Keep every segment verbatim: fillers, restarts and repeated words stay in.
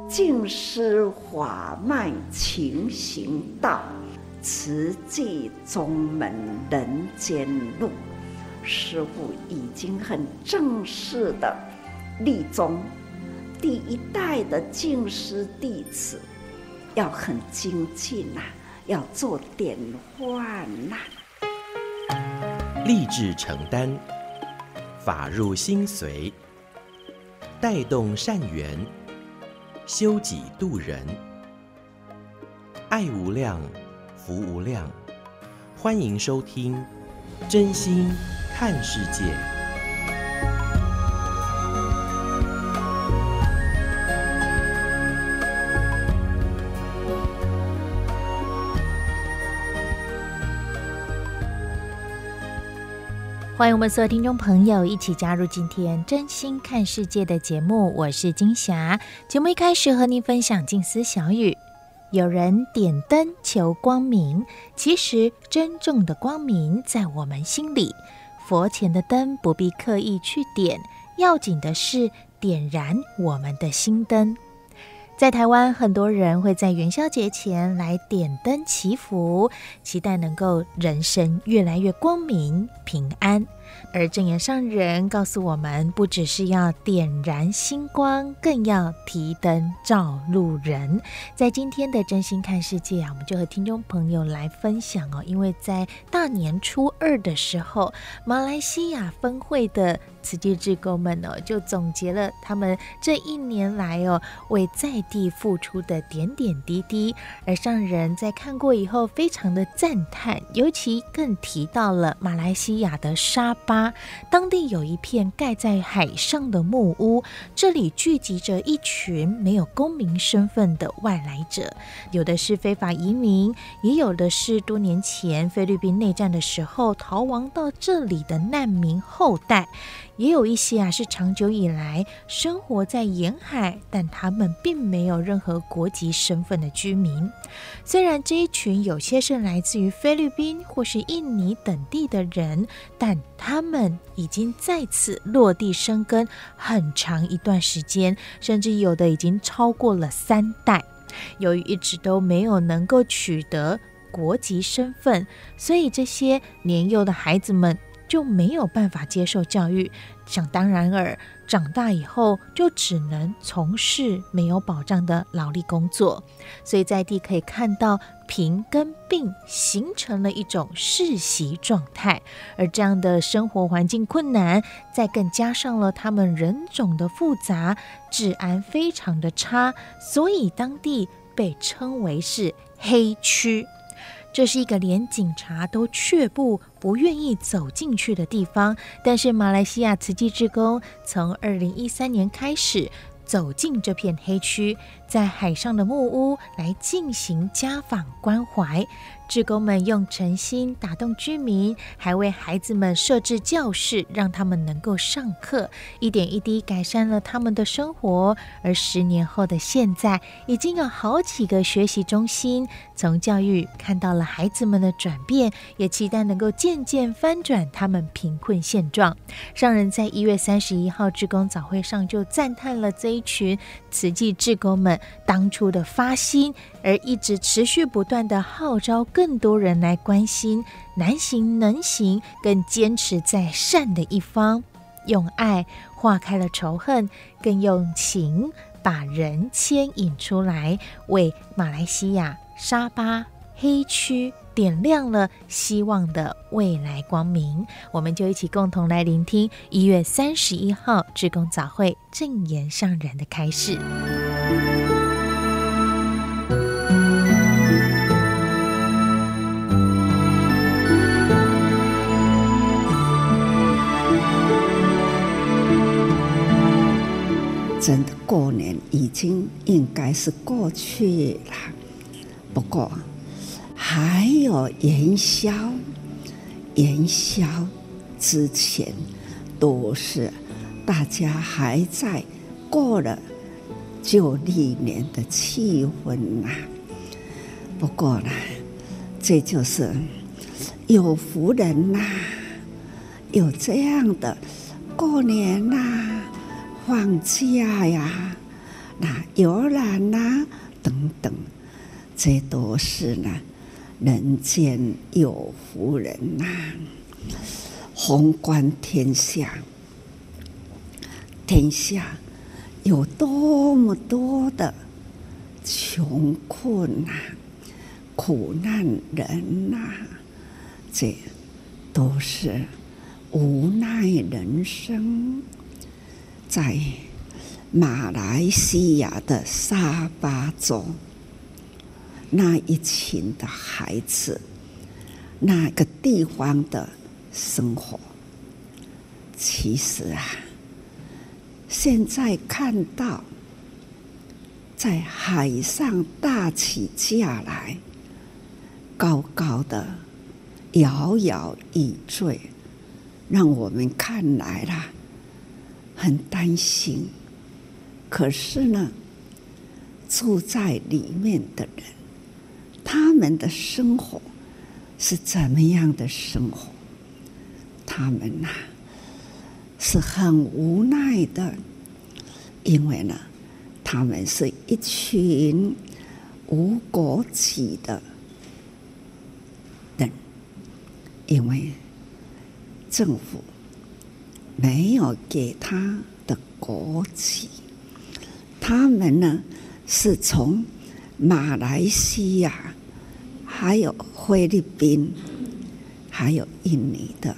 尽施法脉勤行道，慈济宗门人间路。师父已经很正式的立宗，第一代的净师弟子要很精进啊，要做典范呐、 啊。立志承担，法入心随，带动善缘，修己度人，爱无量，福无量。欢迎收听《真心看世界》。 欢迎我们所有听众朋友一起加入今天真心看世界的节目，我是金霞。节目一开始和您分享静思小语。有人点灯求光明，其实真正的光明在我们心里。佛前的灯不必刻意去点，要紧的是点燃我们的心灯。在台湾，很多人会在元宵节前来点灯祈福，期待能够人生越来越光明平安。而正言上人告诉我们，不只是要点燃星光，更要提灯照路人。在今天的真心看世界啊，我们就和听众朋友来分享哦，因为在大年初二的时候，马来西亚分会的慈济志工们哦，就总结了他们这一年来哦为在地付出的点点滴滴，而上人在看过以后非常的赞叹，尤其更提到了马来西亚的沙巴，当地有一片盖在海上的木屋，这里聚集着一群没有公民身份的外来者，有的是非法移民，也有的是多年前菲律宾内战的时候逃亡到这里的难民后代，也有一些啊是长久以来生活在沿海，但他们并没有任何国籍身份的居民。虽然这一群有些是来自于菲律宾或是印尼等地的人，但他们已经在此落地生根很长一段时间，甚至有的已经超过了三代。由于一直都没有能够取得国籍身份，所以这些年幼的孩子们就没有办法接受教育，想当然尔，长大以后就只能从事没有保障的劳力工作。所以在地可以看到贫跟病形成了一种世袭状态，而这样的生活环境困难，再更加上了他们人种的复杂，治安非常的差，所以当地被称为是黑区。这是一个连警察都却步不愿意走进去的地方，但是马来西亚慈济志工从二零一三年开始走进这片黑区，在海上的木屋来进行家访关怀。志工们用诚心打动居民，还为孩子们设置教室，让他们能够上课，一点一滴改善了他们的生活。而十年后的现在，已经有好几个学习中心从教育看到了孩子们的转变，也期待能够渐渐翻转他们贫困现状。上人在一月三十一号志工早会上就赞叹了这一群慈济志工们当初的发心，而一直持续不断的号召更多人来关心难行能行，更坚持在善的一方，用爱化开了仇恨，更用情把人牵引出来，为马来西亚沙巴黑区点亮了希望的未来光明。我们就一起共同来聆听一月三十一号志工早会正言上人的开示。 真的过年已经应该是过去了，不过还有元宵，元宵之前都是大家还在过了旧历年的气氛呐、啊。不过呢，这就是有福人呐、啊，有这样的过年呐、啊。放假呀， 那游览呐等等，这都是呢人间有福人呐、啊。宏观天下，天下有多么多的穷困呐、啊、苦难人呐、啊，这都是无奈人生。在马来西亚的沙巴州，那一群的孩子，那个地方的生活，其实啊，现在看到在海上大起架来，高高的摇摇欲坠，让我们看来啦很担心。可是呢，住在里面的人，他们的生活是怎么样的生活？他们呐、啊、是很无奈的，因为呢，他们是一群无国籍的人，因为政府没有给他的国籍，他们呢是从马来西亚、还有菲律宾、还有印尼的，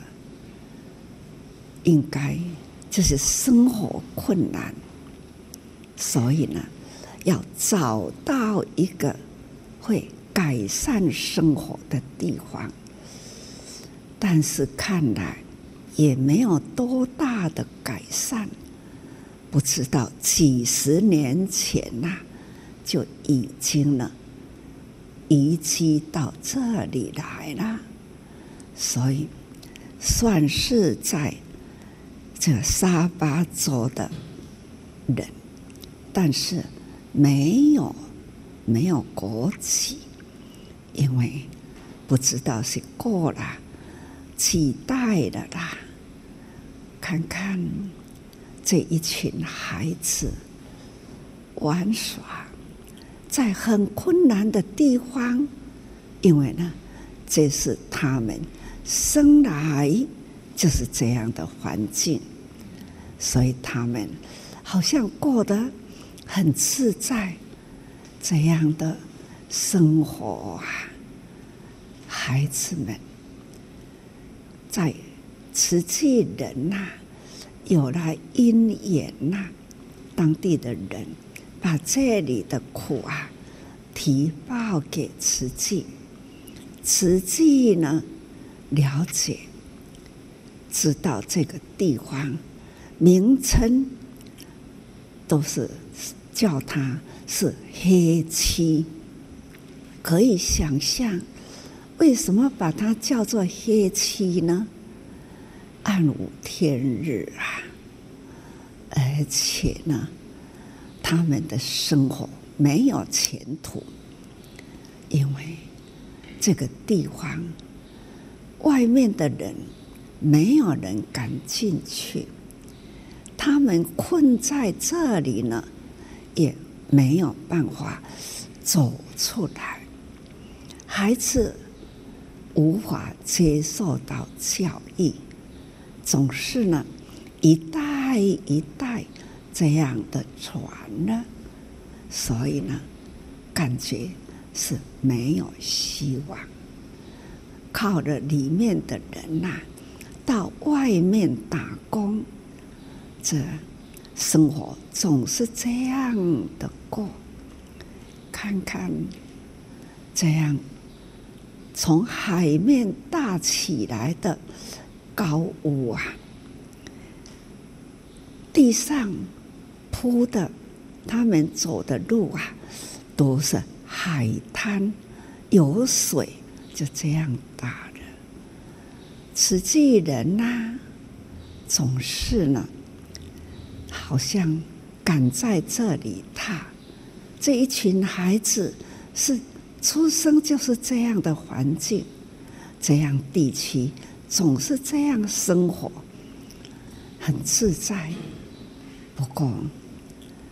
应该就是生活困难，所以呢，要找到一个会改善生活的地方，但是看来也没有多大的改善。不知道几十年前呐、啊，就已经呢移居到这里来了，所以算是在这沙巴州的人，但是没有没有国籍，因为不知道是过了几代了啦。看看这一群孩子玩耍在很困难的地方，因为呢，这是他们生来就是这样的环境，所以他们好像过得很自在，这样的生活啊。孩子们在慈济人呐、啊，有了因缘呐、啊，当地的人把这里的苦啊提报给慈济，慈济呢了解，知道这个地方名称都是叫它是黑漆，可以想象为什么把它叫做黑漆呢？暗无天日啊，而且呢，他们的生活没有前途，因为这个地方外面的人没有人敢进去，他们困在这里呢，也没有办法走出来，孩子无法接受到教育，总是呢一代一代这样的传了，所以呢感觉是没有希望。靠着里面的人呐、啊，到外面打工，这生活总是这样的过。看看这样从海面大起来的高屋啊，地上铺的他们走的路啊，都是海滩，有水，就这样大了。慈济人呐、啊，总是呢，好像敢在这里踏。这一群孩子是出生就是这样的环境，这样地区总是这样生活，很自在。不过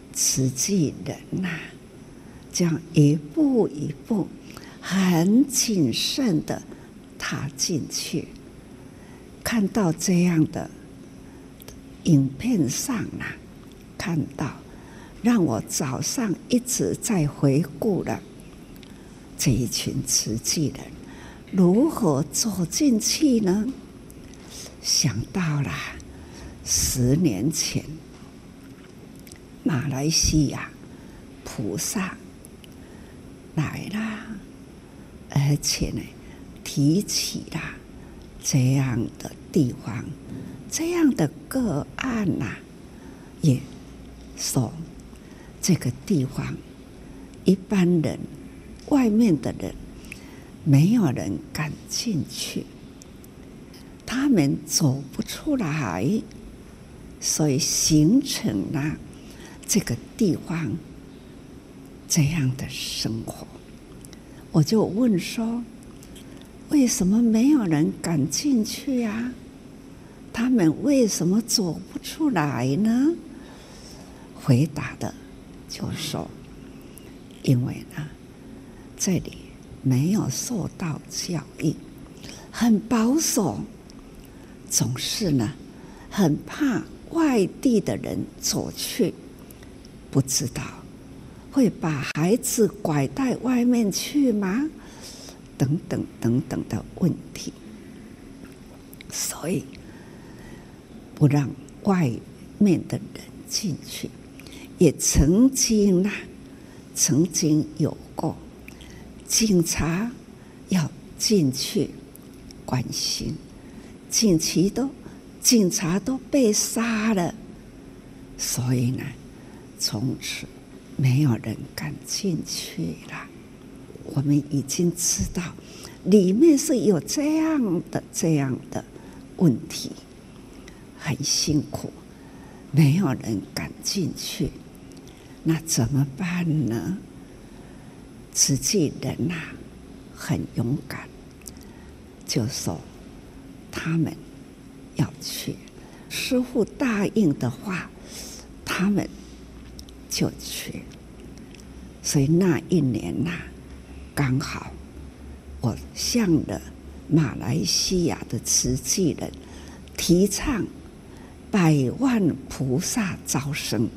慈济人呐、啊，这样一步一步很谨慎的踏进去，看到这样的影片上啊，看到让我早上一直在回顾了这一群慈济人如何走进去呢？想到了十年前马来西亚菩萨来了，而且呢提起了这样的地方，这样的个案呐、啊，也说这个地方一般人外面的人没有人敢进去，他们走不出来，所以形成了这个地方这样的生活。我就问说，为什么没有人敢进去啊？他们为什么走不出来呢？回答的就说，因为呢，这里没有受到教育，很保守，总是呢很怕外地的人走去，不知道会把孩子拐带外面去吗？等等等等的问题，所以不让外面的人进去。也曾经啊，曾经有过警察要进去关心，近期都警察都被杀了，所以呢，从此没有人敢进去了。我们已经知道里面是有这样的这样的问题，很辛苦，没有人敢进去，那怎么办呢？慈济人呐、啊，很勇敢，就说他们要去，师父答应的话，他们就去。所以那一年呐、啊，刚好我向了马来西亚的慈济人提倡百万菩萨招生，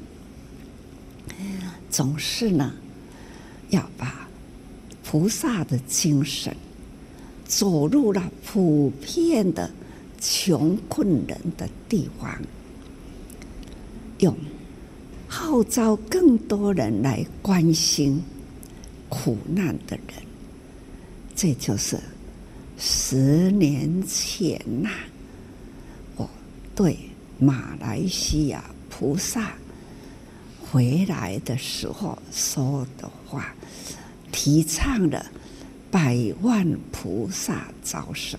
总是呢要把菩萨的精神走入了普遍的穷困人的地方，用号召更多人来关心苦难的人。这就是十年前呐、啊，我对马来西亚菩萨回来的时候说的话，提倡了百万菩萨招生。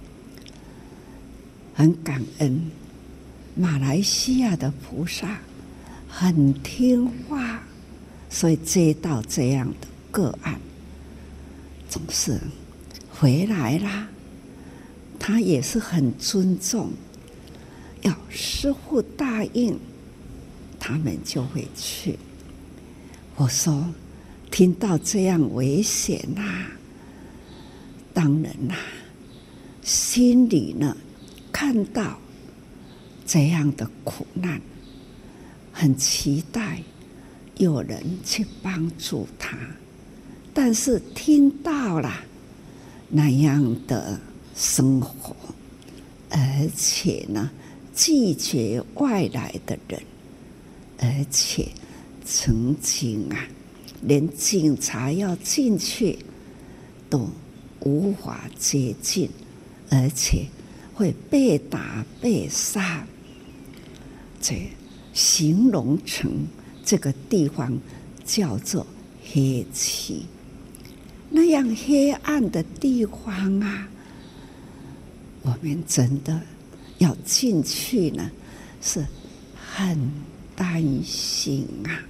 很感恩马来西亚的菩萨很听话，所以接到这样的个案总是回来啦。他也是很尊重，要师父答应他们就会去。我说听到这样危险啊，当然啦、啊，心里呢看到这样的苦难，很期待有人去帮助他，但是听到了那样的生活，而且呢拒绝外来的人，而且曾经啊连警察要进去都无法接近，而且会被打被杀，这形容成这个地方叫做黑漆。那样黑暗的地方啊，我们真的要进去呢，是很担心啊。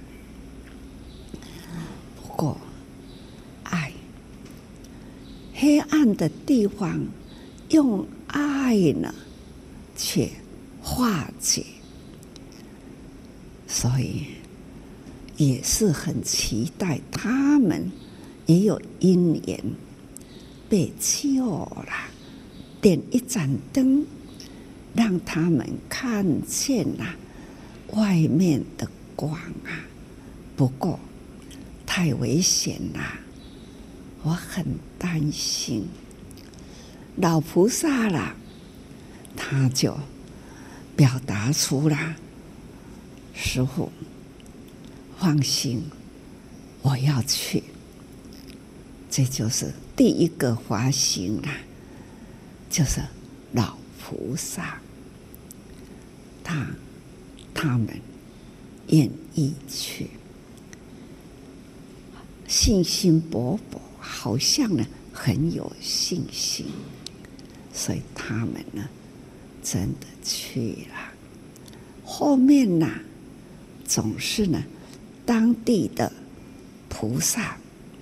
不过爱，黑暗的地方用爱呢去化解，所以也是很期待他们也有因缘被救了，点一盏灯，让他们看见了外面的光啊。不过太危险了，我很担心。老菩萨啦，他就表达出了，师父放心，我要去。这就是第一个发心啦，就是老菩萨，他他们愿意去，信心勃勃，好像呢很有信心，所以他们呢真的去了。后面呢，总是呢当地的菩萨，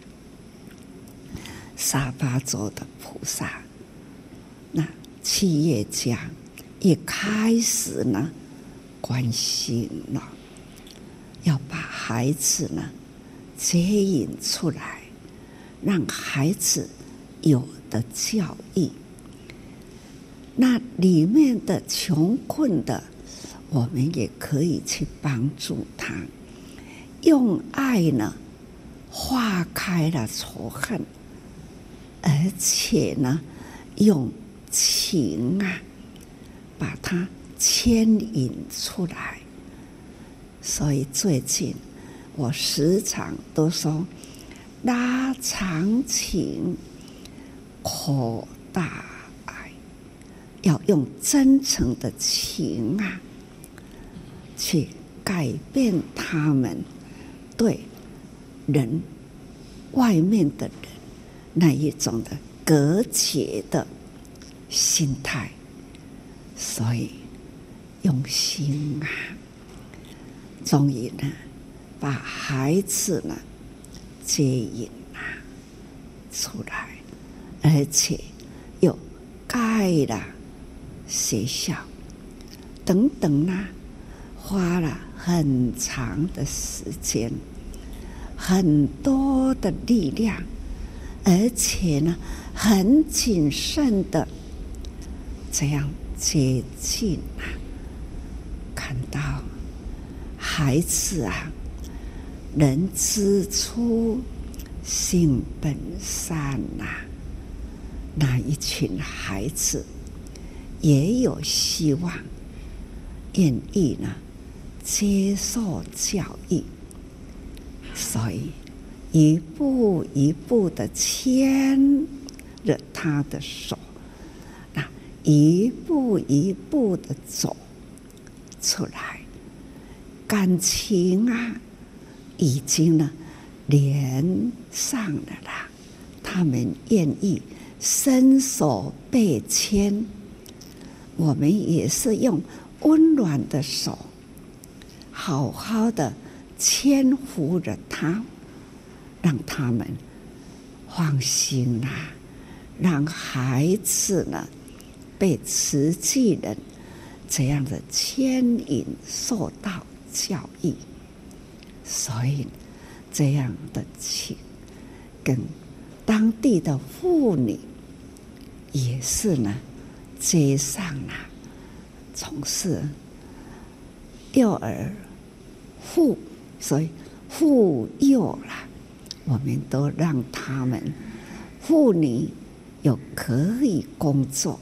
沙巴州的菩萨，那企业家也开始呢关心了，要把孩子呢接引出来，让孩子有的教育。那里面的穷困的，我们也可以去帮助他，用爱呢化开了仇恨，而且呢用情啊把它牵引出来。所以最近我时常都说，拉长情，扩大爱，要用真诚的情啊去改变他们对人外面的人那一种的隔绝的心态。所以用心啊，终于呢把孩子呢接引啊出来，而且又盖了学校等等啦，花了很长的时间，很多的力量，而且呢很谨慎的这样接近啊，看到孩子啊，人之初性本善呐、啊，那一群孩子也有希望，愿意呢接受教育，所以一步一步的牵着他的手，那一步一步的走出来，感情啊已经呢连上了啦，他们愿意伸手被牵，我们也是用温暖的手好好的牵扶着他，让他们放心啦、啊，让孩子呢被慈济人这样的牵引受到教育。所以这样的情跟当地的妇女也是呢接上了，从事幼儿妇，所以妇幼啦，我们都让他们妇女有可以工作，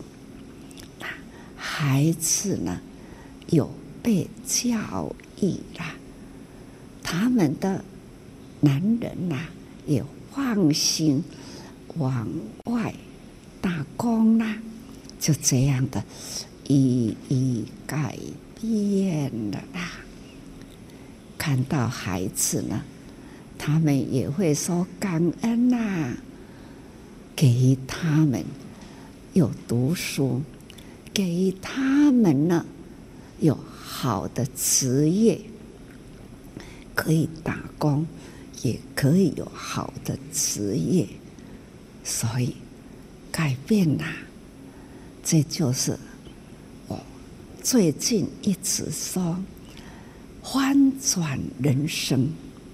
孩子呢有被教育啦，他们的男人呐、啊、也放心往外打工啦、啊，就这样的一一改变了啦。看到孩子呢，他们也会说感恩呐、啊，给他们有读书，给他们呢有好的职业，可以打工，也可以有好的职业，所以改变啦。这就是我最近一直说翻转人生，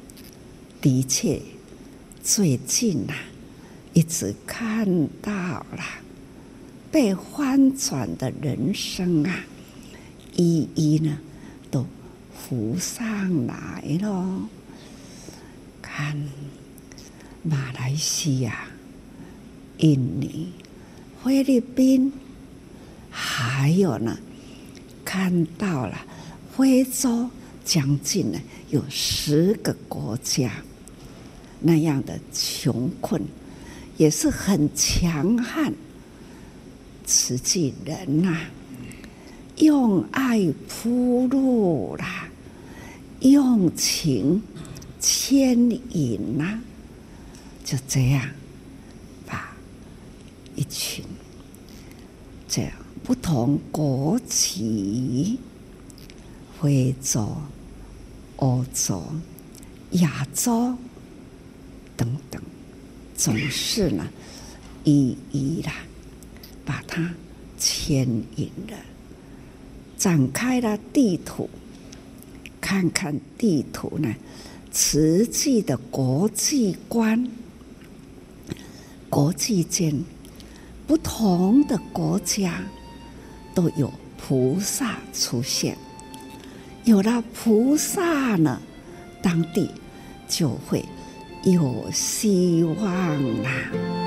的确，最近啊，一直看到了被翻转的人生啊，一一呢都浮上来了。看马来西亚、印尼、菲律宾，还有呢，看到了非洲将近呢有十个国家，那样的穷困也是很强悍。慈济人呐、啊，用爱铺路啦，用情牵引呐、啊，就这样把一群这样不同国籍，非洲、欧洲、亚洲等等，总是呢一一啦，把它牵引了，展开了地图，看看地图呢，慈济的国际观，国际间不同的国家都有菩萨出现，有了菩萨呢，当地就会有希望啦。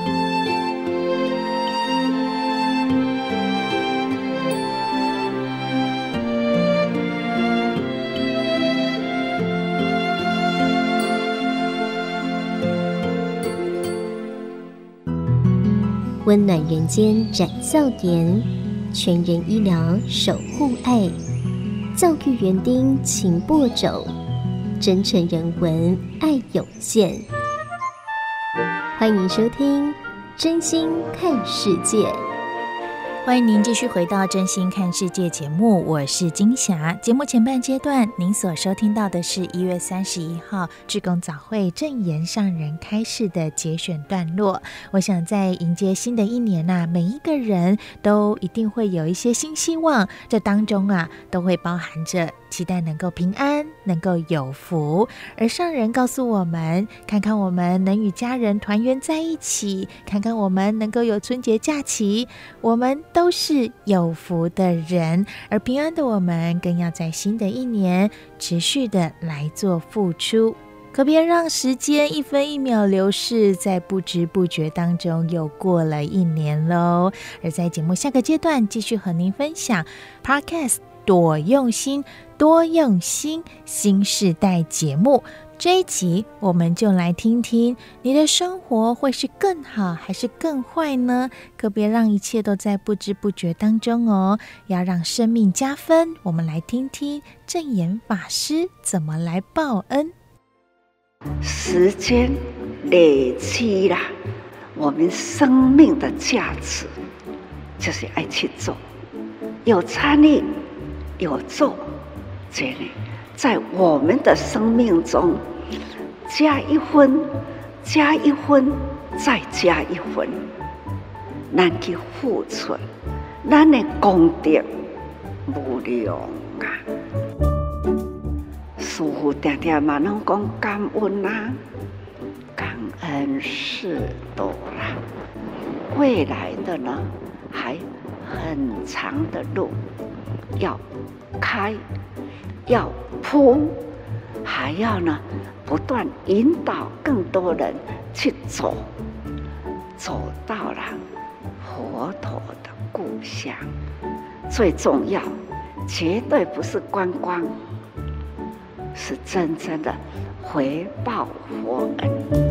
温暖人间展笑颜，全人医疗守护爱，教育园丁勤播种，真诚人文爱涌现。欢迎收听真心看世界。 欢迎您继续回到真心看世界节目，我是金霞。节目前半阶段您所收听到的是一月三十一号志工早会正言上人开示的节选段落。我想在迎接新的一年啊，每一个人都一定会有一些新希望，这当中啊都会包含着期待能够平安，能够有福。而上人告诉我们，看看我们能与家人团圆在一起，看看我们能够有春节假期，我们都是有福的人。而平安的我们更要在新的一年持续的来做付出，可别让时间一分一秒流逝，在不知不觉当中又过了一年喽。而在节目下个阶段继续和您分享 Podcast 多用心多用心新世代节目。这一集我们就来听听，你的生活会是更好还是更坏呢？可别让一切都在不知不觉当中哦，要让生命加分。我们来听听正言法师怎么来报恩。 时间累积啦，我们生命的价值就是爱去做，有参与有做，这里在我们的生命中加一分，加一分，再加一分，咱去付出，咱的功德无量啊！师父常常嘛拢讲感恩啊，感恩事多啦。未来的呢，还很长的路要开，要铺，还要呢不断引导更多人去走，走到了佛陀的故乡。最重要，绝对不是观光，是真正的回报佛恩。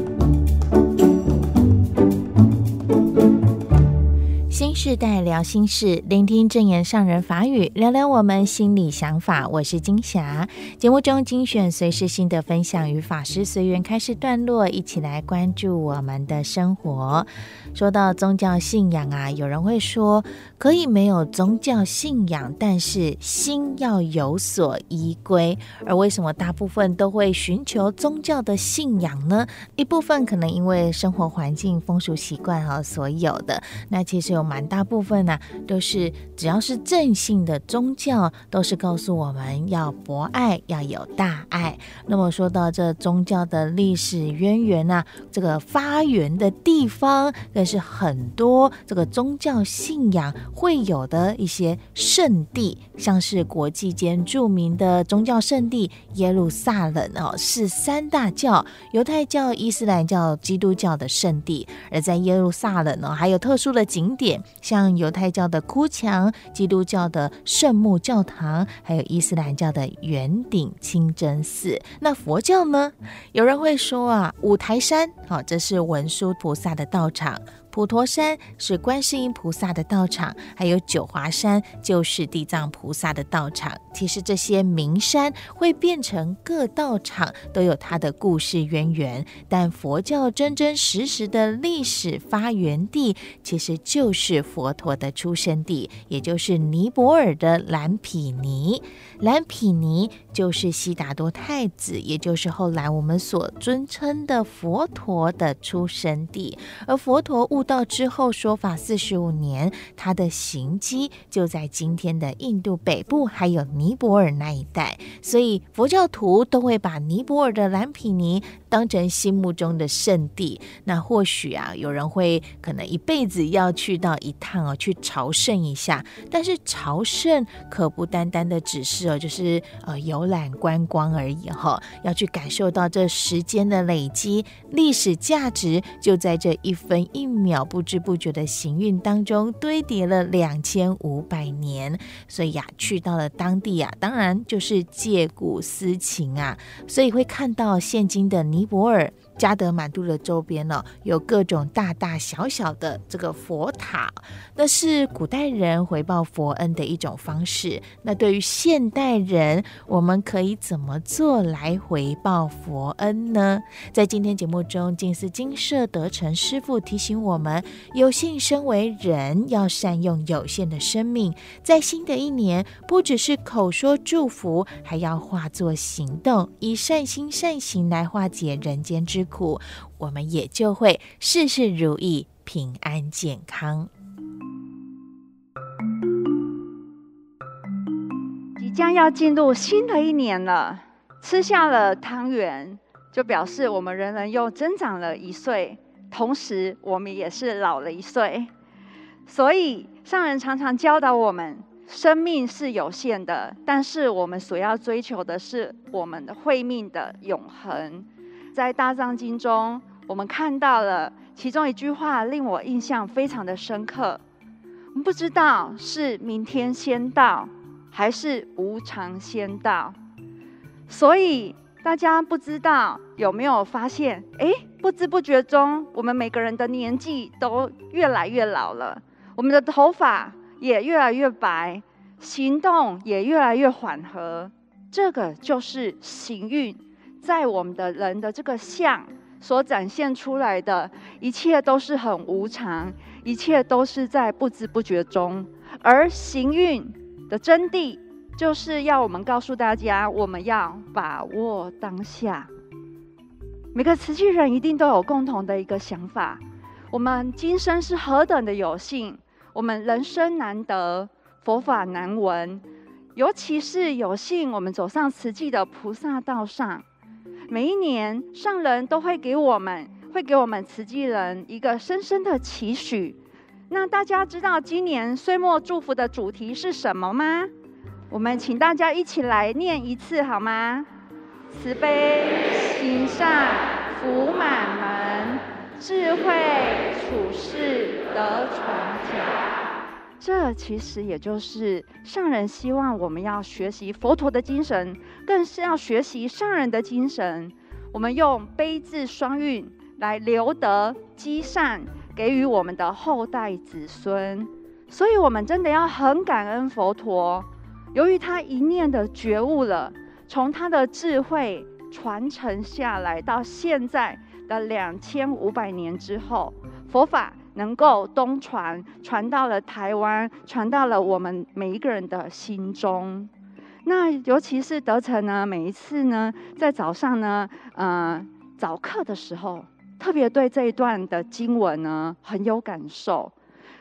新世代聊心事，聆听正言上人法语，聊聊我们心里想法。我是金霞。节目中精选随时心得分享与法师随缘开示段落，一起来关注我们的生活。说到宗教信仰啊，有人会说可以没有宗教信仰，但是心要有所依归。而为什么大部分都会寻求宗教的信仰呢？一部分可能因为生活环境风俗习惯啊所有的，那其实有蛮大部分呢、啊、都是只要是正信的宗教，都是告诉我们要博爱，要有大爱。那么说到这宗教的历史渊源啊，这个发源的地方更是很多这个宗教信仰会有的一些圣地，像是国际间著名的宗教圣地耶路撒冷哦，是三大教犹太教、伊斯兰教、基督教的圣地。而在耶路撒冷呢，还有特殊的景点，像犹太教的哭墙、基督教的圣母教堂，还有伊斯兰教的圆顶清真寺。那佛教呢，有人会说啊，五台山哦，这是文殊菩萨的道场，普陀山是观世音菩萨的道场，还有九华山就是地藏菩萨的道场。其实这些名山会变成各道场，都有它的故事渊源，但佛教真真实实的历史发源地，其实就是佛陀的出生地，也就是尼泊尔的蓝毗尼。蓝毗尼就是悉达多太子，也就是后来我们所尊称的佛陀的出生地。而佛陀悟道之后，说法四十五年，他的行迹就在今天的印度北部还有尼泊尔那一带，所以佛教徒都会把尼泊尔的蓝毗尼当成心目中的圣地。那或许啊，有人会可能一辈子要去到一趟哦，去朝圣一下。但是朝圣可不单单的只是哦，就是呃游览观光而已哈、哦，要去感受到这时间的累积，历史价值就在这一分一秒不知不觉的行运当中堆叠了两千五百年。所以呀、啊，去到了当地啊，当然就是借古思情啊，所以会看到现今的尼泊尔加德满都的周边呢、哦，有各种大大小小的这个佛塔，那是古代人回报佛恩的一种方式。那对于现代人，我们可以怎么做来回报佛恩呢？在今天节目中，净思精舍德成师父提醒我们，有幸身为人，要善用有限的生命，在新的一年，不只是口说祝福，还要化作行动，以善心善行来化解人间之苦，我们也就会事事如意，平安健康。 即将要进入新的一年了，吃下了汤圆，就表示我们人人又增长了一岁，同时我们也是老了一岁。所以上人常常教导我们，生命是有限的，但是我们所要追求的是我们的慧命的永恒。在大藏经中，我们看到了其中一句话令我印象非常的深刻。我们不知道是明天先到，还是无常先到。所以大家不知道有没有发现，哎，不知不觉中，我们每个人的年纪都越来越老了，我们的头发也越来越白，行动也越来越缓和。这个就是行运在我们的人的这个相所展现出来的，一切都是很无常，一切都是在不知不觉中。而行运的真谛，就是要我们告诉大家，我们要把握当下。每个慈济人一定都有共同的一个想法，我们今生是何等的有幸，我们人生难得，佛法难闻，尤其是有幸我们走上慈济的菩萨道上。每一年上人都会给我们会给我们慈济人一个深深的期许。那大家知道今年岁末祝福的主题是什么吗？我们请大家一起来念一次好吗？慈悲行善福满门，智慧处世得传家。这其实也就是上人希望我们要学习佛陀的精神，更是要学习上人的精神。我们用悲智双运来留德积善，给予我们的后代子孙。所以我们真的要很感恩佛陀，由于他一念的觉悟了，从他的智慧传承下来，到现在的两千五百年之后，佛法能够东传，传到了台湾，传到了我们每一个人的心中。那尤其是德成呢，每一次呢，在早上呢，呃，早课的时候，特别对这一段的经文呢很有感受。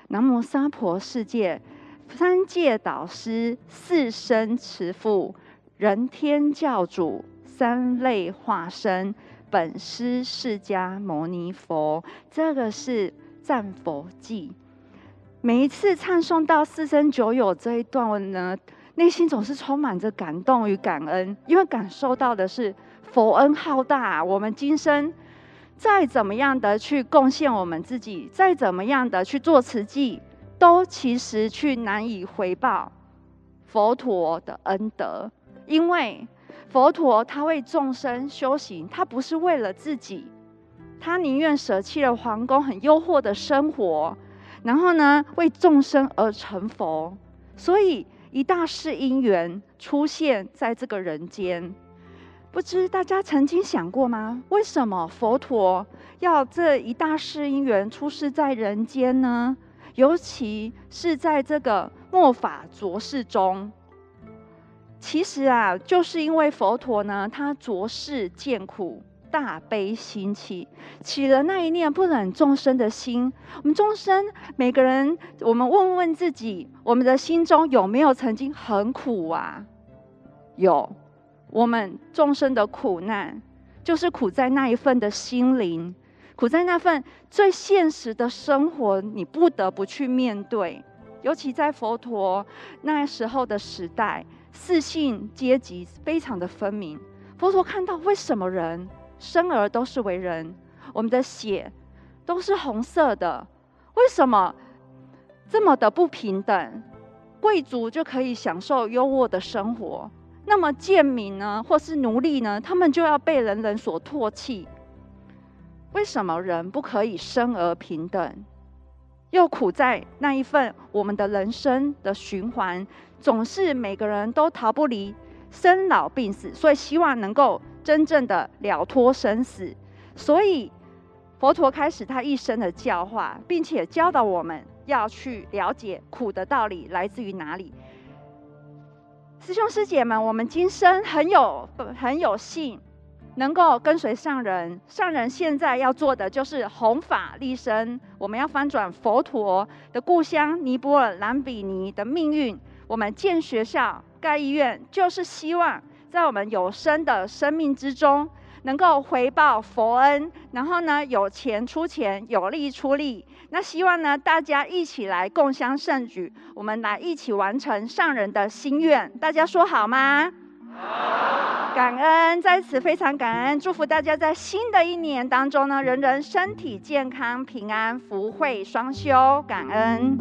南无娑婆世界三界导师，四身持父，人天教主，三类化身，本师释迦牟尼佛。这个是赞佛偈。每一次唱诵到四生九有这一段呢，内心总是充满着感动与感恩，因为感受到的是佛恩浩大。我们今生再怎么样的去贡献我们自己，再怎么样的去做慈济，都其实去难以回报佛陀的恩德。因为佛陀他为众生修行，他不是为了自己，他宁愿舍弃了皇宫很诱惑的生活，然后呢为众生而成佛。所以一大世因缘出现在这个人间。不知大家曾经想过吗？为什么佛陀要这一大世因缘出世在人间呢？尤其是在这个末法浊世中，其实啊，就是因为佛陀呢，他浊世见苦，大悲心起，起了那一念不忍众生的心。我们众生每个人，我们问问自己，我们的心中有没有曾经很苦啊？有。我们众生的苦难，就是苦在那一份的心灵，苦在那份最现实的生活，你不得不去面对。尤其在佛陀那时候的时代，四姓阶级非常的分明。佛陀看到为什么人生而都是为人，我们的血都是红色的，为什么这么的不平等？贵族就可以享受优渥的生活，那么贱民呢，或是奴隶呢，他们就要被人人所唾弃。为什么人不可以生而平等？又苦在那一份我们的人生的循环，总是每个人都逃不离生老病死，所以希望能够真正的了脱生死。所以佛陀开始他一生的教化，并且教导我们要去了解苦的道理来自于哪里。师兄师姐们，我们今生很有很有幸能够跟随上人，上人现在要做的就是弘法利生，我们要翻转佛陀的故乡尼泊尔兰比尼的命运。我们建学校、盖医院，就是希望在我们有生的生命之中，能够回报佛恩，然后呢，有钱出钱，有力出力。那希望呢，大家一起来共襄盛举，我们来一起完成上人的心愿。大家说好吗？好。感恩，在此非常感恩，祝福大家在新的一年当中呢，人人身体健康、平安、福慧双修。感恩。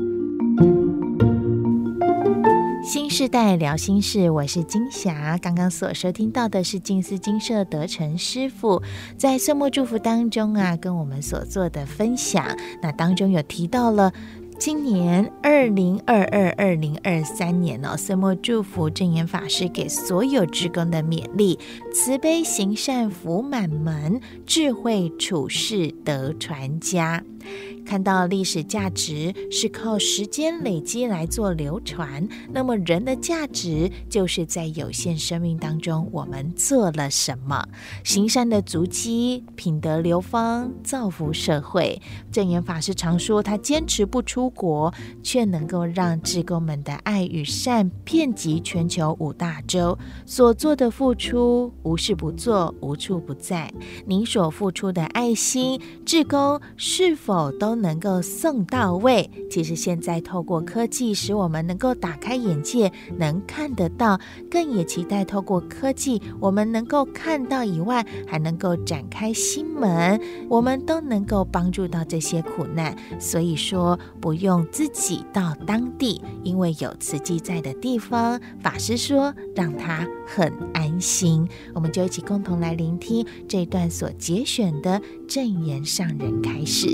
新世代聊心事，我是金霞。刚刚所收听到的是静思精舍德成师父在岁末祝福当中啊，跟我们所做的分享。那当中有提到了今年二零二二、二零二三年哦，岁末祝福证严法师给所有志工的勉励：慈悲行善福满门，智慧处世得传家。看到历史价值是靠时间累积来做流传，那么人的价值就是在有限生命当中我们做了什么，行善的足迹，品德流芳，造福社会。证严法师常说，他坚持不出国，却能够让志工们的爱与善遍及全球五大洲，所做的付出无事不做，无处不在。您所付出的爱心，志工是否都能够送到位？其实现在透过科技，使我们能够打开眼界，能看得到，更也期待透过科技，我们能够看到以外，还能够展开心门，我们都能够帮助到这些苦难。所以说，不用自己到当地，因为有慈济在的地方，法师说让他很安心。我们就一起共同来聆听这一段所节选的证严上人开始。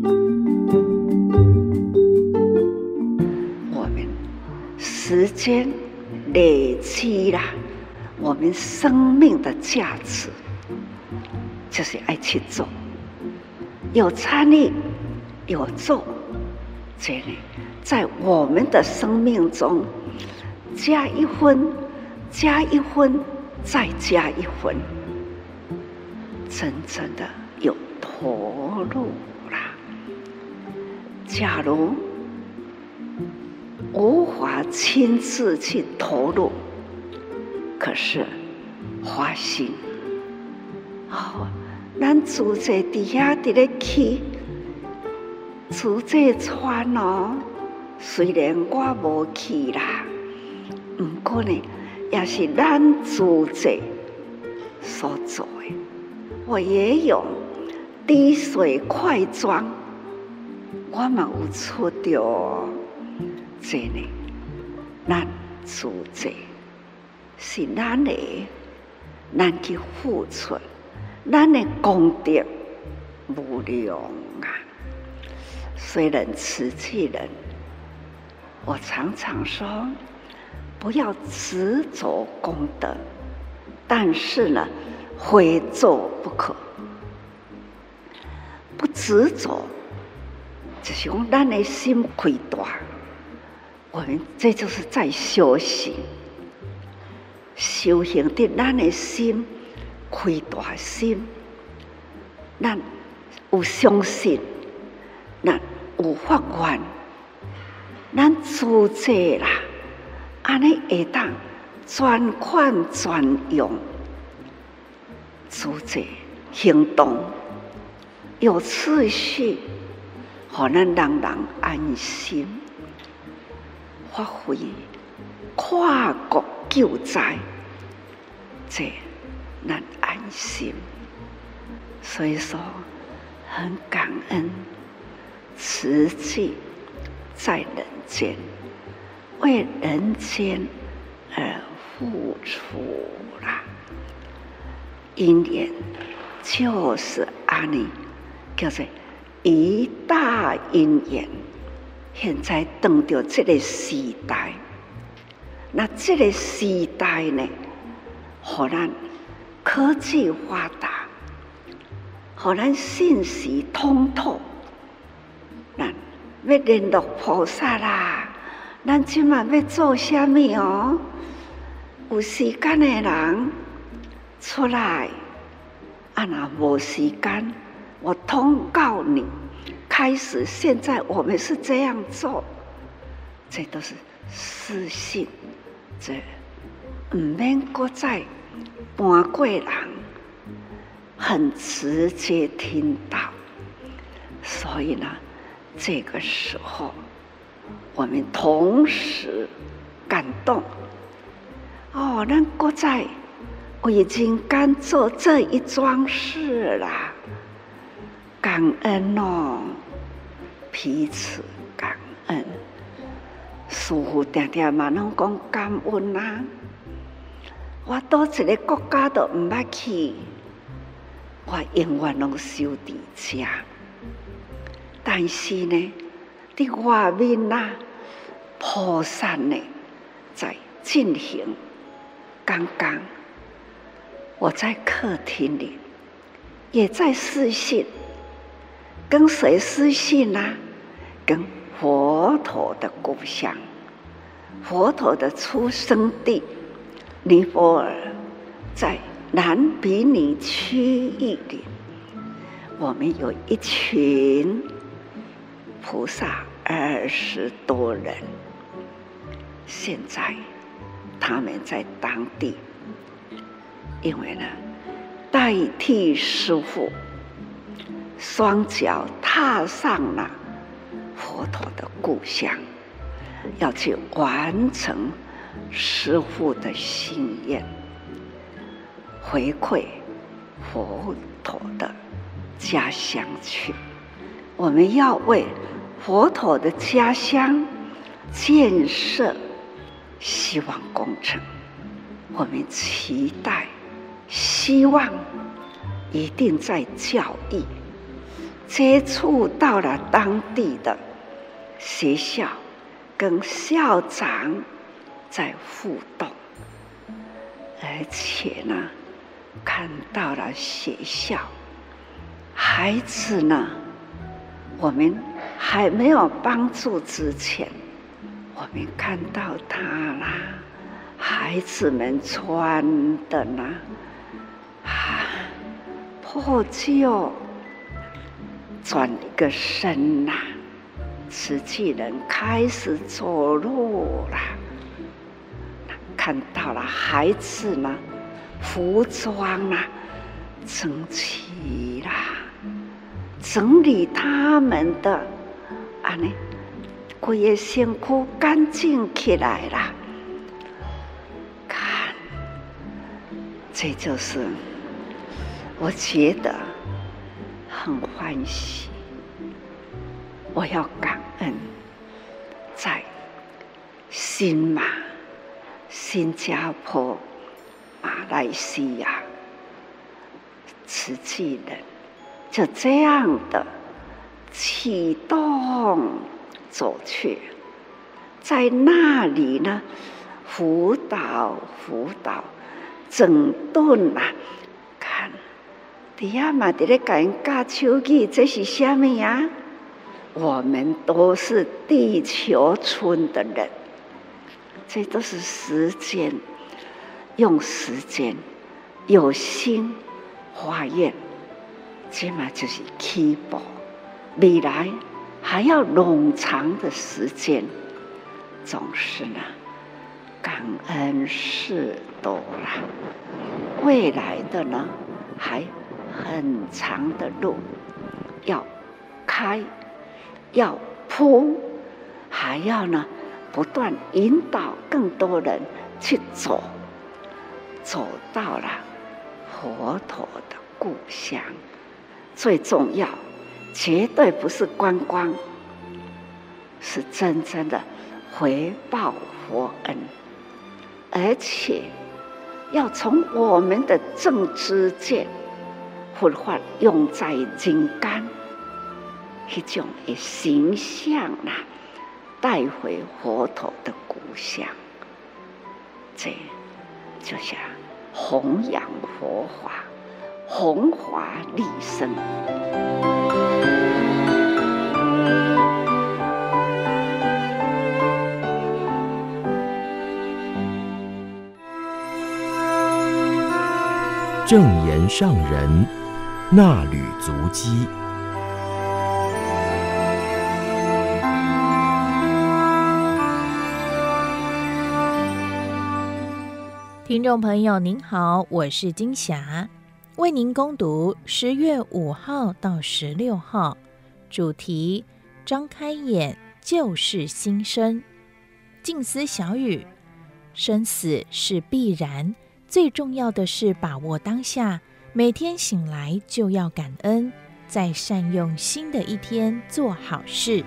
我们时间累积了我们生命的价值，就是爱去做，有参与有做，这个在我们的生命中加一分，加一分，再加一分，真正的有投入啦。假如无法亲自去投入，可是花心。哦，咱自在伫遐伫咧去，自在穿哦。虽然我无去啦，毋过呢，也是咱自在所做的。我也有滴水块装，我嘛有出着。这呢，咱自在是咱的，咱去付出，咱的功德无量啊！虽然慈济人，我常常说，不要执着功德，但是呢，非做不可。不执着，就是讲咱的心开大。我们这就是在修行，修行的咱的心开大心，咱有相信，咱有发愿，咱自在啦，安尼会当全款全用，自在行动有次序，互咱人人安心。发挥跨国救灾，这咱安心。所以说，很感恩慈济在人间，为人间而付出啦。因缘就是安尼，叫做一大因缘。现在等到这个时代，那这个时代呢，互咱科技发达，互咱信息通透，咱要联络菩萨啦，咱今晚要做啥物哦？有时间的人出来，啊，若无时间，我通告你。开始，现在我们是这样做，这都是私信，这唔免搁再搬过人，很直接听到。所以呢，这个时候我们同时感动。哦，咱搁再为人间做这一桩事啦，感恩哦。彼此感恩，师父常常嘛拢讲感恩啊。我倒一个国家都唔捌去，我永远拢守伫遮。但是呢，伫外面啊，菩萨呢在进行。刚刚我在客厅里，也在私信，跟谁私信啊？跟佛陀的故乡，佛陀的出生地尼泊尔，在南比尼区域里，我们有一群菩萨二十多人。现在他们在当地，因为呢，代替师父，双脚踏上了佛陀的故乡，要去完成师父的心愿，回馈佛陀的家乡去。我们要为佛陀的家乡建设希望工程，我们期待、希望一定在教育接触到了当地的学校，跟校长在互动，而且呢，看到了学校孩子呢，我们还没有帮助之前，我们看到他啦，孩子们穿的呢，啊，破旧，转一个身呐、啊， 慈济人开始走路了，看到了孩子呢，服装啦整齐啦，整理他们的安尼，规个身躯干净起来啦。看，这就是我觉得很欢喜。我要感恩，在新马、新加坡、马来西亚，慈济人就这样的启动走去，在那里呢，辅导、辅导、整顿啊，看，底下嘛，伫咧甲因教手语，这是什么呀？我们都是地球村的人，这都是时间，用时间，有心发愿，这嘛就是起步。未来还要冗长的时间，总是呢，感恩事多啦。未来的呢，还很长的路要开。要铺，还要呢不断引导更多人去走，走到了佛陀的故乡。最重要，绝对不是观光，是真正的回报佛恩，而且要从我们的正知见佛法用在人间。一种的形象啊，带回佛陀的故乡，这就像弘扬佛法，弘法利生。 正言上人那履足迹。 听众朋友您好，我是金霞，为您攻读十月五号到十六号，主题张开眼就是新生。静思小语，生死是必然，最重要的是把握当下，每天醒来就要感恩，再善用新的一天做好事。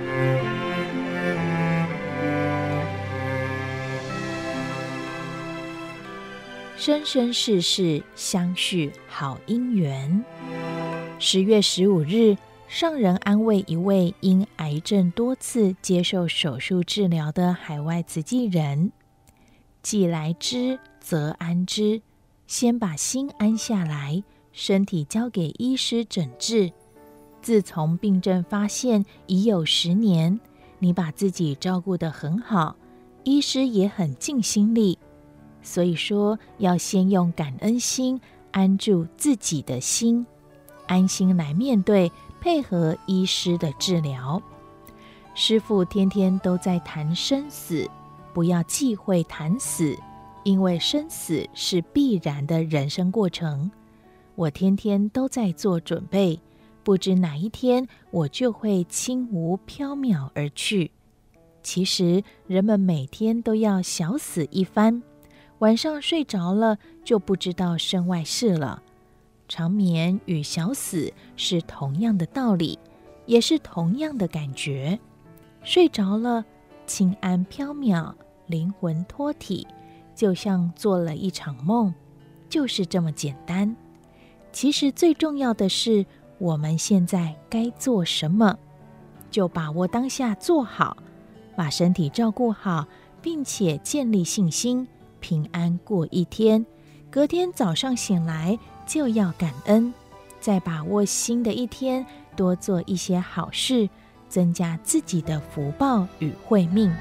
生生世世相续好姻缘。十月十五日，上人安慰一位因癌症多次接受手术治疗的海外慈济人：既来之，则安之。先把心安下来，身体交给医师诊治。自从病症发现已有十年，你把自己照顾得很好，医师也很尽心力。所以说，要先用感恩心安住自己的心，安心来面对，配合医师的治疗。师父天天都在谈生死，不要忌讳谈死，因为生死是必然的人生过程。我天天都在做准备，不知哪一天我就会轻无缥缈而去。其实人们每天都要小死一番，晚上睡着了就不知道身外事了。长眠与小死是同样的道理，也是同样的感觉。睡着了，轻安缥缈，灵魂脱体，就像做了一场梦，就是这么简单。其实最重要的是，我们现在该做什么，就把握当下做好，把身体照顾好，并且建立信心，平安过一天。隔天早上醒来就要感恩，再把握新的一天，多做一些好事，增加自己的福报与慧命。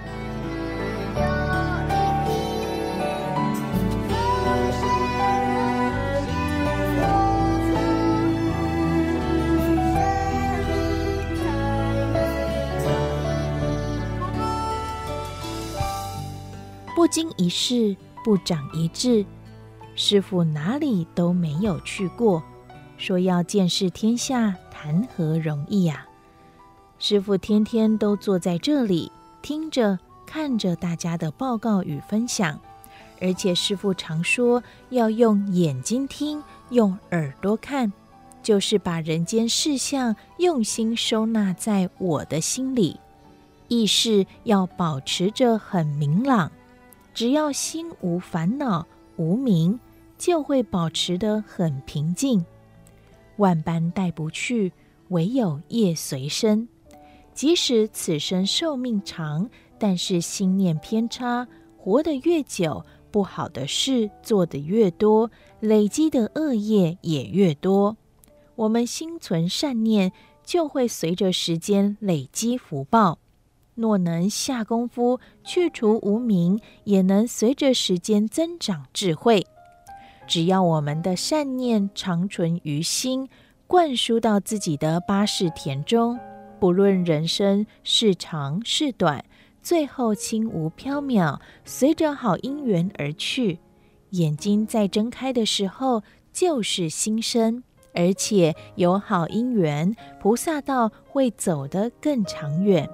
经一事不长一智，师父哪里都没有去过，说要见识天下，谈何容易呀、啊！师父天天都坐在这里，听着看着大家的报告与分享，而且师父常说要用眼睛听，用耳朵看，就是把人间事项用心收纳在我的心里，意识要保持着很明朗，只要心无烦恼无明，就会保持得很平静。万般带不去，唯有业随身。即使此生寿命长，但是心念偏差，活得越久，不好的事做得越多，累积的恶业也越多。我们心存善念，就会随着时间累积福报。若能下功夫去除无明，也能随着时间增长智慧。只要我们的善念长存于心，灌输到自己的八识田中，不论人生是长是短，最后轻无缥缈，随着好因缘而去。眼睛在睁开的时候，就是新生，而且有好因缘，菩萨道会走得更长远。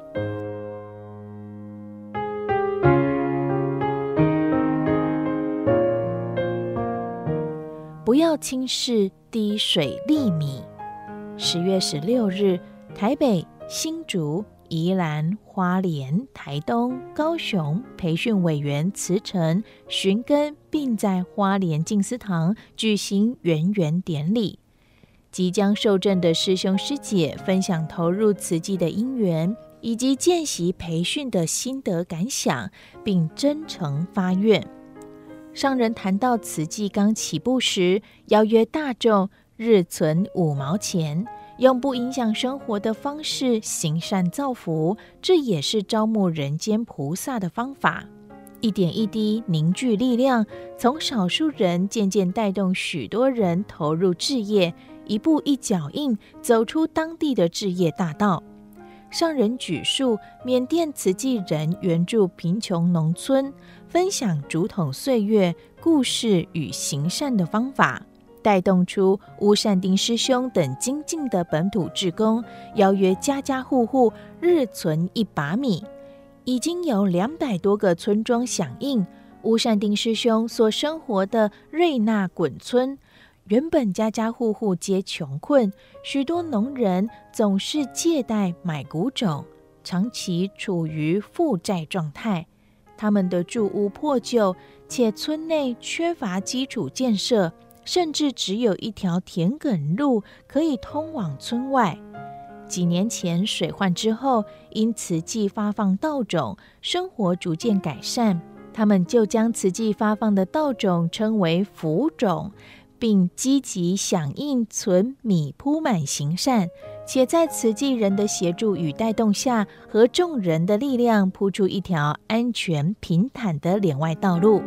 不要轻视滴水粒米。十月十六日，台北、新竹、宜兰、花莲、台东、高雄培训委员慈诚寻根，并在花莲静思堂举行圆圆典礼。即将受证的师兄师姐分享投入慈济的因缘，以及见习培训的心得感想，并真诚发愿。上人谈到慈济刚起步时，邀约大众日存五毛钱，用不影响生活的方式行善造福，这也是招募人间菩萨的方法。一点一滴凝聚力量，从少数人渐渐带动许多人投入志业，一步一脚印走出当地的志业大道。上人举述缅甸慈济人援助贫穷农村，分享竹筒岁月故事与行善的方法，带动出乌善丁师兄等精进的本土志工，邀约家家户户日存一把米，已经有两百多个村庄响应。乌善丁师兄所生活的瑞纳滚村，原本家家户户皆穷困，许多农人总是借贷买谷种，长期处于负债状态。他们的住屋破旧，且村内缺乏基础建设，甚至只有一条田埂路可以通往村外。几年前水患之后，因慈济发放稻种，生活逐渐改善，他们就将慈济发放的稻种称为福种，并积极响应存米铺满行善，且在慈济人的协助与带动下，和众人的力量铺出一条安全平坦的连外道路。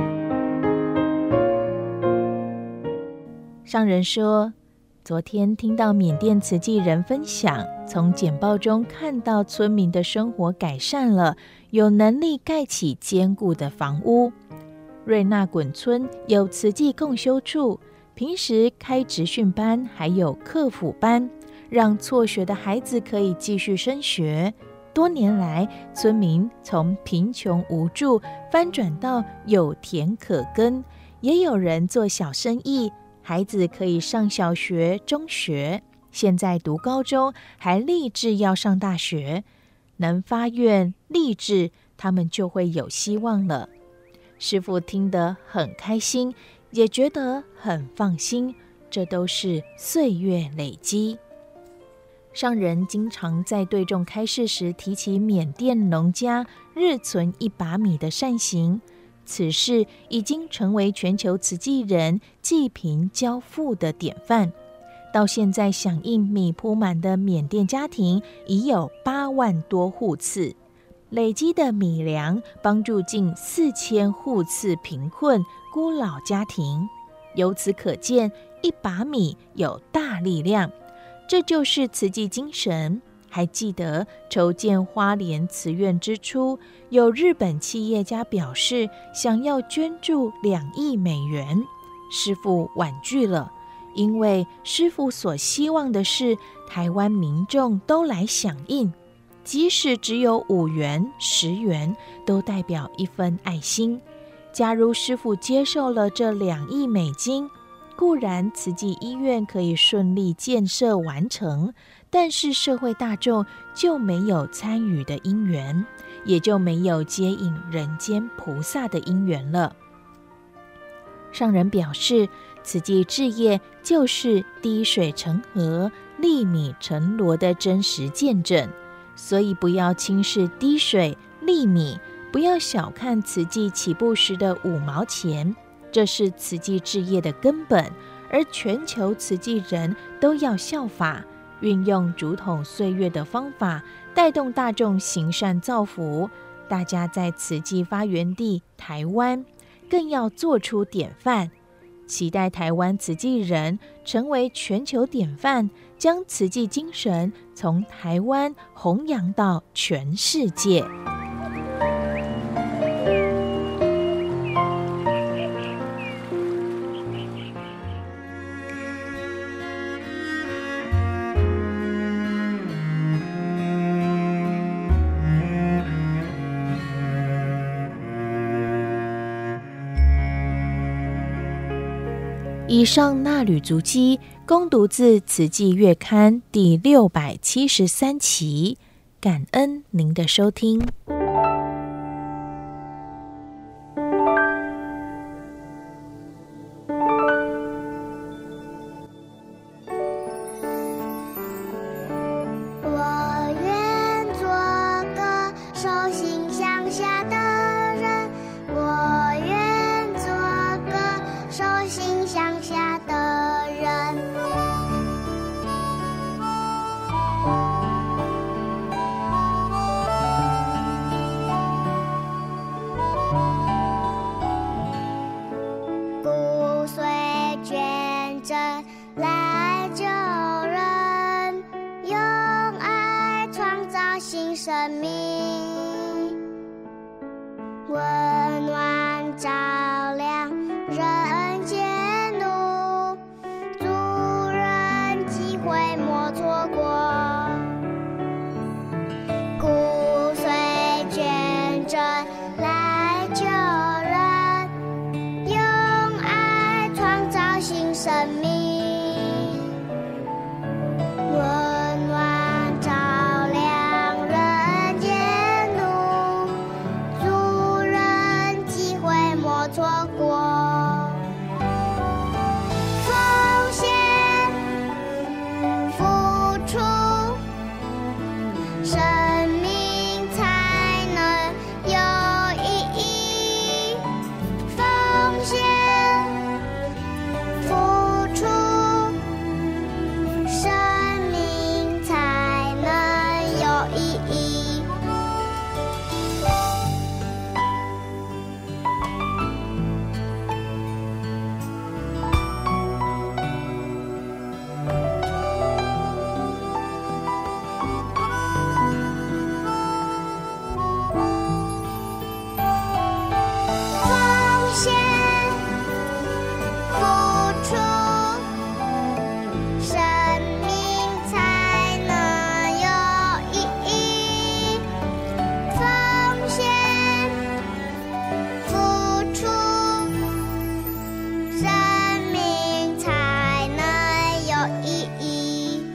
上人说，昨天听到缅甸慈济人分享，从简报中看到村民的生活改善了，有能力盖起坚固的房屋。瑞纳滚村有慈济共修处，平时开职训班，还有课辅班，让辍学的孩子可以继续升学。多年来，村民从贫穷无助翻转到有田可耕，也有人做小生意，孩子可以上小学、中学，现在读高中，还立志要上大学。能发愿立志，他们就会有希望了。师父听得很开心，也觉得很放心，这都是岁月累积。上人经常在对众开示时提起缅甸农家日存一把米的善行，此事已经成为全球慈济人济贫交富的典范。到现在响应米铺满的缅甸家庭已有八万多户次，累积的米粮帮助近四千户次贫困孤老家庭。由此可见，一把米有大力量，这就是慈济精神。 还记得筹建花莲慈院之初，有日本企业家表示想要捐助两亿美元，师父婉拒了，因为师父所希望的是台湾民众都来响应，即使只有五元、十元，都代表一份爱心。假如师父接受了这两亿美金，固然慈济医院可以顺利建设完成，但是社会大众就没有参与的因缘，也就没有接引人间菩萨的因缘了。上人表示，慈济志业就是滴水成河、粒米成箩的真实见证，所以不要轻视滴水、粒米，不要小看慈济起步时的五毛钱，这是慈济志业的根本，而全球慈济人都要效法，运用竹筒岁月的方法，带动大众行善造福。大家在慈济发源地台湾，更要做出典范，期待台湾慈济人成为全球典范，将慈济精神从台湾弘扬到全世界。以上衲履足迹，恭读自《慈济月刊》第六百七十三期，感恩您的收听。 我愿做个手心向下的人，我愿做个手心向下的人。骨髓捐赠来救人，用爱创造新生命，温暖照亮人间路，助人机会莫错过。骨髓捐赠来救人，用爱创造新生命，温暖照亮人间路，助人机会莫错过。奉献付出，生命才能有意义。奉献付出，生命才能有意义。奉献付出，生命才能有意义。奉献付出，生命才能有意义。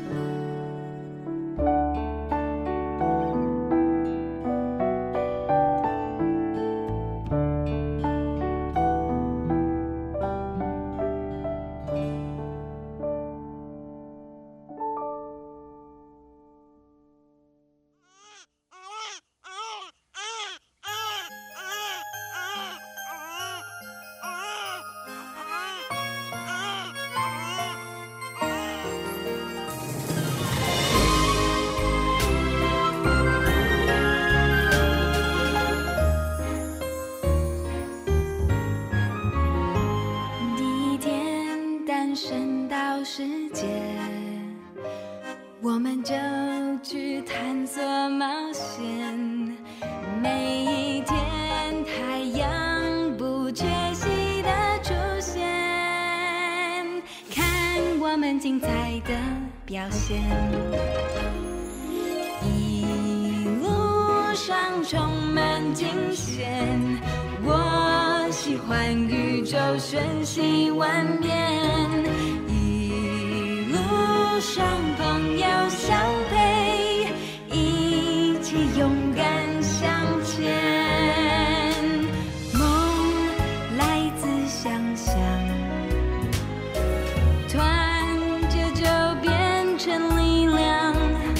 第一天诞生到世界，我们就去探索冒险，每一天太阳不缺席的出现，看我们精彩的表现。一路上充满惊险，我喜欢宇宙瞬息万变。一路上朋友相陪，一起勇敢向前。梦来自想象，团结就变成力量。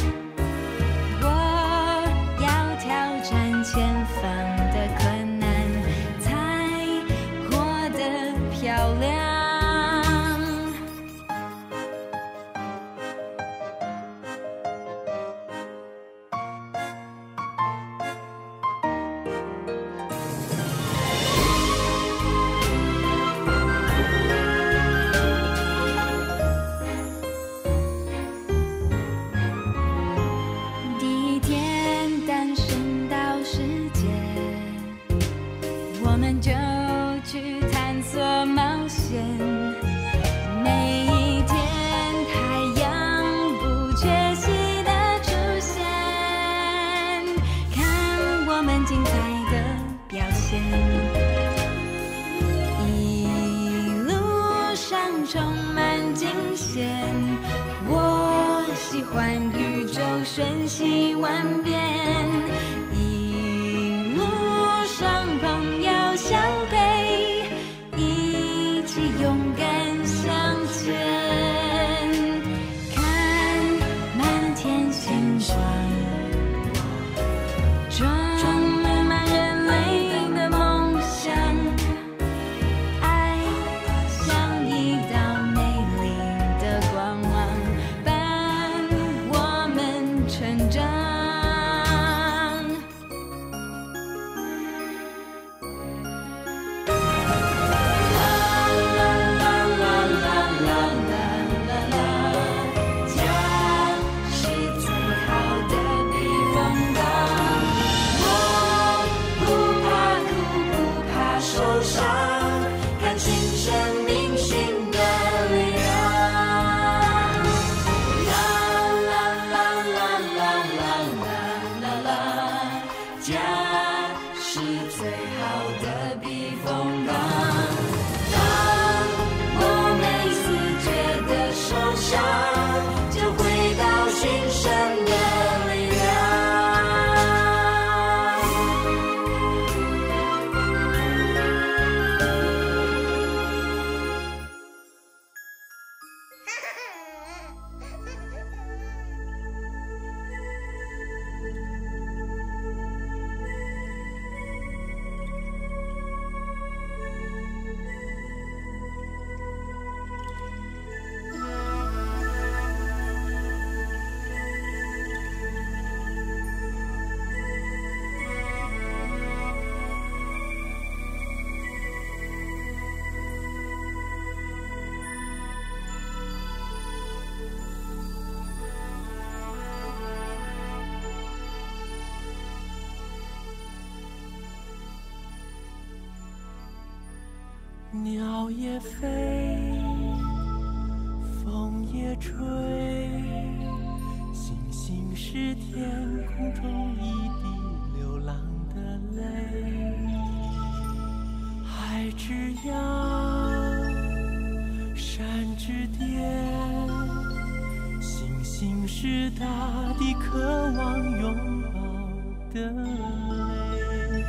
我要挑战前方的困难，才活得漂亮。第一天诞生到世界，我们就去探索冒险。每一天太阳不缺席的出现，看我们精彩的表现。一路上充满惊险，我喜欢宇宙瞬息万变。一路上朋友相陪，一起勇敢向前。看满天星光，装满人类的梦想。爱像一道美丽的光芒，伴我们成长。 鸟也飞，风也吹，星星是天空中一滴流浪的泪。海之洋，山之巅，星星是大地渴望拥抱的泪。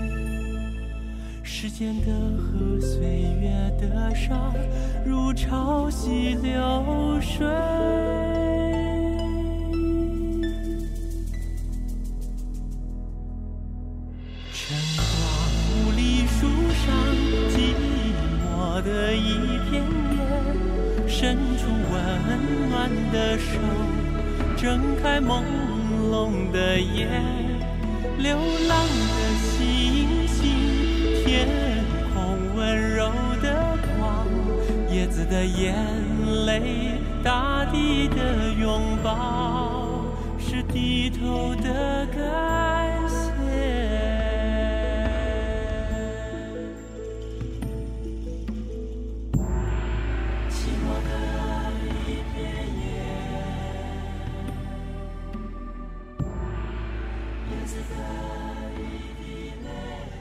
时间的河，岁月的沙，如潮汐流水。晨光无力树上，寂寞的一片叶，伸出温暖的手，睁开朦胧的眼，流浪的星星，天空温柔的光，叶子的眼泪，大地的拥抱，是低头的感谢。寂寞的一片叶，叶子的一滴泪。